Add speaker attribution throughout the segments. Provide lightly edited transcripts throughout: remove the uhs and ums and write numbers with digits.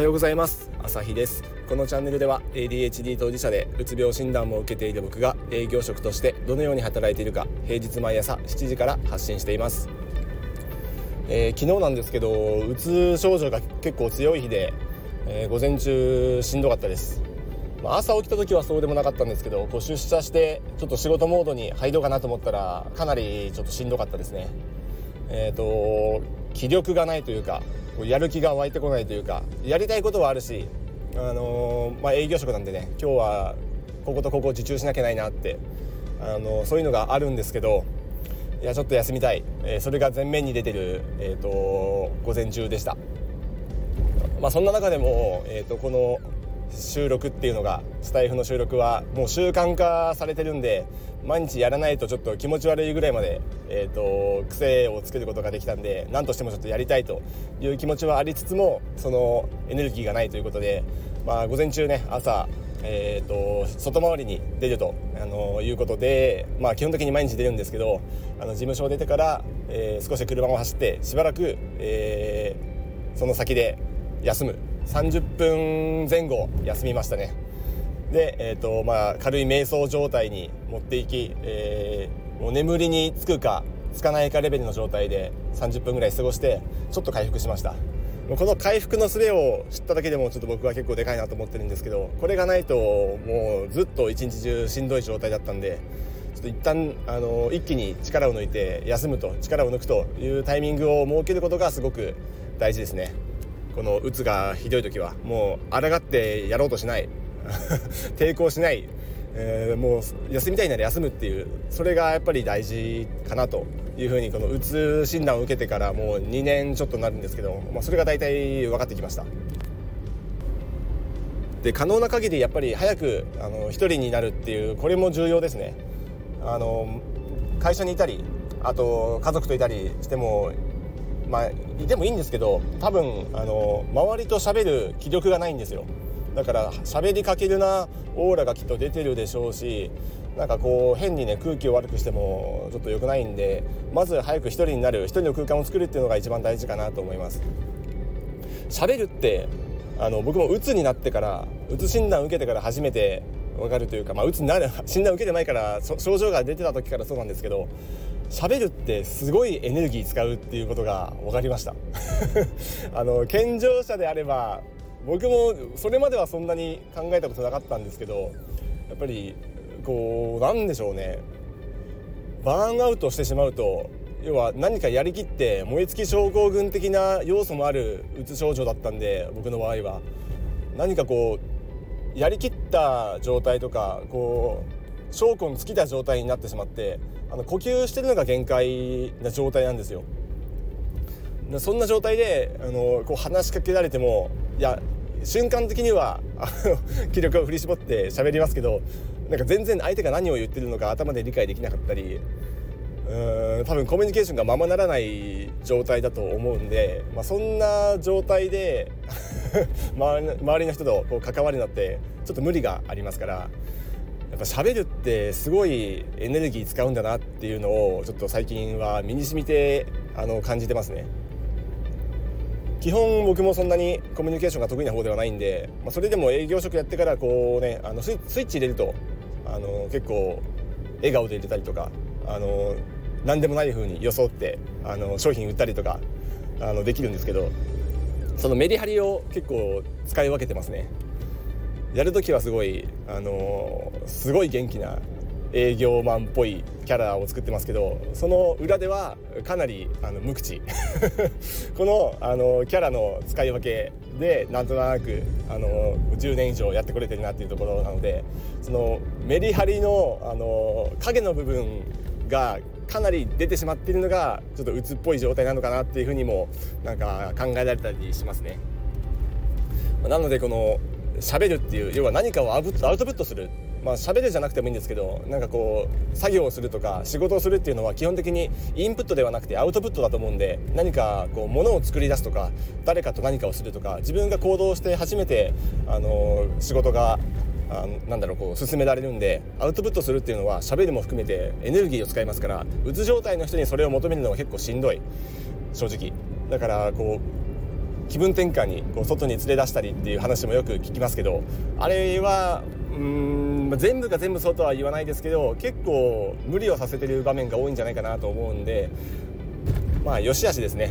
Speaker 1: ようございます。朝日です。このチャンネルでは ADHD 当事者でうつ病診断も受けている僕が営業職としてどのように働いているか平日毎朝7時から発信しています。昨日なんですけど、うつ症状が結構強い日で、午前中しんどかったです。朝起きた時はそうでもなかったんですけど、出社してちょっと仕事モードに入ろうかなと思ったらかなりちょっとしんどかったですね。気力がないというか、やる気が湧いてこないというか、やりたいことはあるし、営業職なんでね、今日はこことここ受注しなきゃないなって、そういうのがあるんですけど、いやちょっと休みたい、それが前面に出てる、午前中でした。そんな中でも、この収録っていうのが、スタイフの収録はもう習慣化されてるんで、毎日やらないとちょっと気持ち悪いぐらいまで、癖を作ることができたんで、何としてもちょっとやりたいという気持ちはありつつも、そのエネルギーがないということで、午前中ね、朝、外回りに出ると、いうことで、基本的に毎日出るんですけど、事務所を出てから、少し車を走ってしばらく、その先で休む30分前後休みましたね。で、軽い瞑想状態に持っていき、もう眠りにつくかつかないかレベルの状態で30分ぐらい過ごしてちょっと回復しました。この回復の術を知っただけでもちょっと僕は結構でかいなと思ってるんですけど、これがないともうずっと一日中しんどい状態だったんで、ちょっと一旦一気に力を抜いて休むと、力を抜くというタイミングを設けることがすごく大事ですね。このうつがひどい時はもう抗ってやろうとしない抵抗しない、もう休みたいなら休むっていう、それがやっぱり大事かなというふうに、このうつ診断を受けてからもう2年ちょっとになるんですけど、それが大体分かってきました。で、可能な限りやっぱり早く一人になるっていう、これも重要ですね。会社にいたり、あと家族といたりしてもいてもいいんですけど、多分周りと喋る気力がないんですよ。だから喋りかけるなオーラがきっと出てるでしょうし、変にね空気を悪くしてもちょっと良くないんで、まず早く一人になる、一人の空間を作るっていうのが一番大事かなと思います。喋るって僕もうつになってから、うつ診断を受けてから初めて分かるというか、うつになる診断を受けてないから症状が出てた時からそうなんですけど、喋るってすごいエネルギー使うっていうことが分かりました健常者であれば、僕もそれまではそんなに考えたことなかったんですけど、やっぱりなんでしょうね、バーンアウトしてしまうと、要は何かやりきって燃え尽き症候群的な要素もあるうつ症状だったんで、僕の場合は何かやりきった状態とか証拠に尽きた状態になってしまって、呼吸してるのが限界な状態なんですよ。そんな状態で話しかけられても、いや瞬間的には気力を振り絞って喋りますけど、全然相手が何を言ってるのか頭で理解できなかったり、多分コミュニケーションがままならない状態だと思うんで、そんな状態で周りの人と関わるのってちょっと無理がありますから、やっぱ喋るってすごいエネルギー使うんだなっていうのをちょっと最近は身に染みて感じてますね。基本僕もそんなにコミュニケーションが得意な方ではないんで、それでも営業職やってからスイッチ入れると結構笑顔で入れたりとか、何でもない風に装って商品売ったりとかできるんですけど、そのメリハリを結構使い分けてますね。やるときはすごい元気な営業マンっぽいキャラを作ってますけど、その裏ではかなり無口このキャラの使い分けでなんとなく10年以上やってこれてるなっていうところなので、そのメリハリの影の部分がかなり出てしまっているのがちょっと鬱っぽい状態なのかなっていうふうにも考えられたりしますね。なのでこの喋るっていう、要は何かをアウトプットする、喋るじゃなくてもいいんですけど、作業をするとか仕事をするっていうのは基本的にインプットではなくてアウトプットだと思うんで、何か物を作り出すとか、誰かと何かをするとか、自分が行動して初めて仕事が進められるんで、アウトプットするっていうのは喋りも含めてエネルギーを使いますから、うつ状態の人にそれを求めるのは結構しんどい、正直。だから気分転換にこう外に連れ出したりっていう話もよく聞きますけど、あれは全部が全部そうとは言わないですけど、結構無理をさせてる場面が多いんじゃないかなと思うんで、まあ良し悪しですね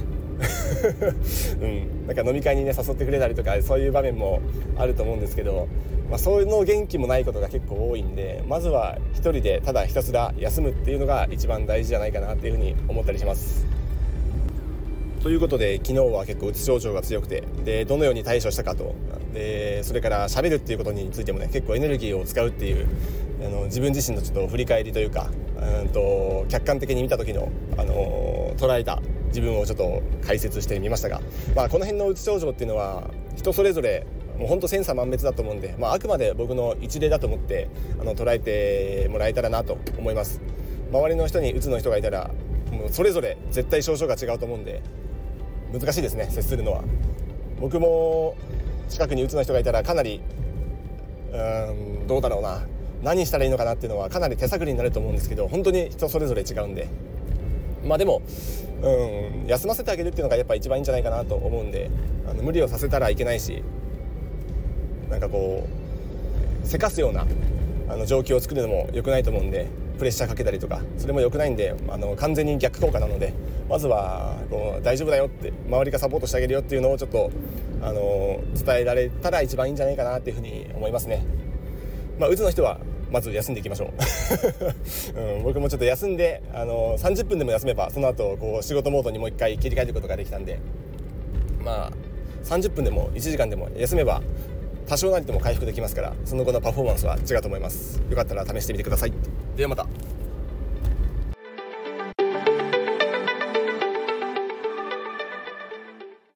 Speaker 1: なんか飲み会にね誘ってくれたりとか、そういう場面もあると思うんですけど、そういうの元気もないことが結構多いんで、まずは一人でただひたすら休むっていうのが一番大事じゃないかなっていうふうに思ったりします。ということで、昨日は結構うつ症状が強くて、でどのように対処したかと、でそれから喋るっていうことについてもね、結構エネルギーを使うっていう自分自身のちょっと振り返りというか、客観的に見た時の、捉えた自分をちょっと解説してみましたが、この辺のうつ症状っていうのは人それぞれもう本当千差万別だと思うんで、あくまで僕の一例だと思って捉えてもらえたらなと思います。周りの人にうつの人がいたらもうそれぞれ絶対症状が違うと思うんで難しいですね、接するのは。僕も近くにうつの人がいたらかなりどうだろうな、何したらいいのかなっていうのはかなり手探りになると思うんですけど、本当に人それぞれ違うんで、でも休ませてあげるっていうのがやっぱ一番いいんじゃないかなと思うんで、無理をさせたらいけないし、なんかこうせかすような状況を作るのも良くないと思うんで、プレッシャーかけたりとかそれも良くないんで、完全に逆効果なので、まずはこう大丈夫だよって、周りがサポートしてあげるよっていうのをちょっと伝えられたら一番いいんじゃないかなっていうふうに思いますね。うつの人はまず休んでいきましょう、僕もちょっと休んで30分でも休めばその後こう仕事モードにもう一回切り替えることができたんで、30分でも1時間でも休めば多少なりとも回復できますから、その後のパフォーマンスは違うと思います。よかったら試してみてください。ではまた。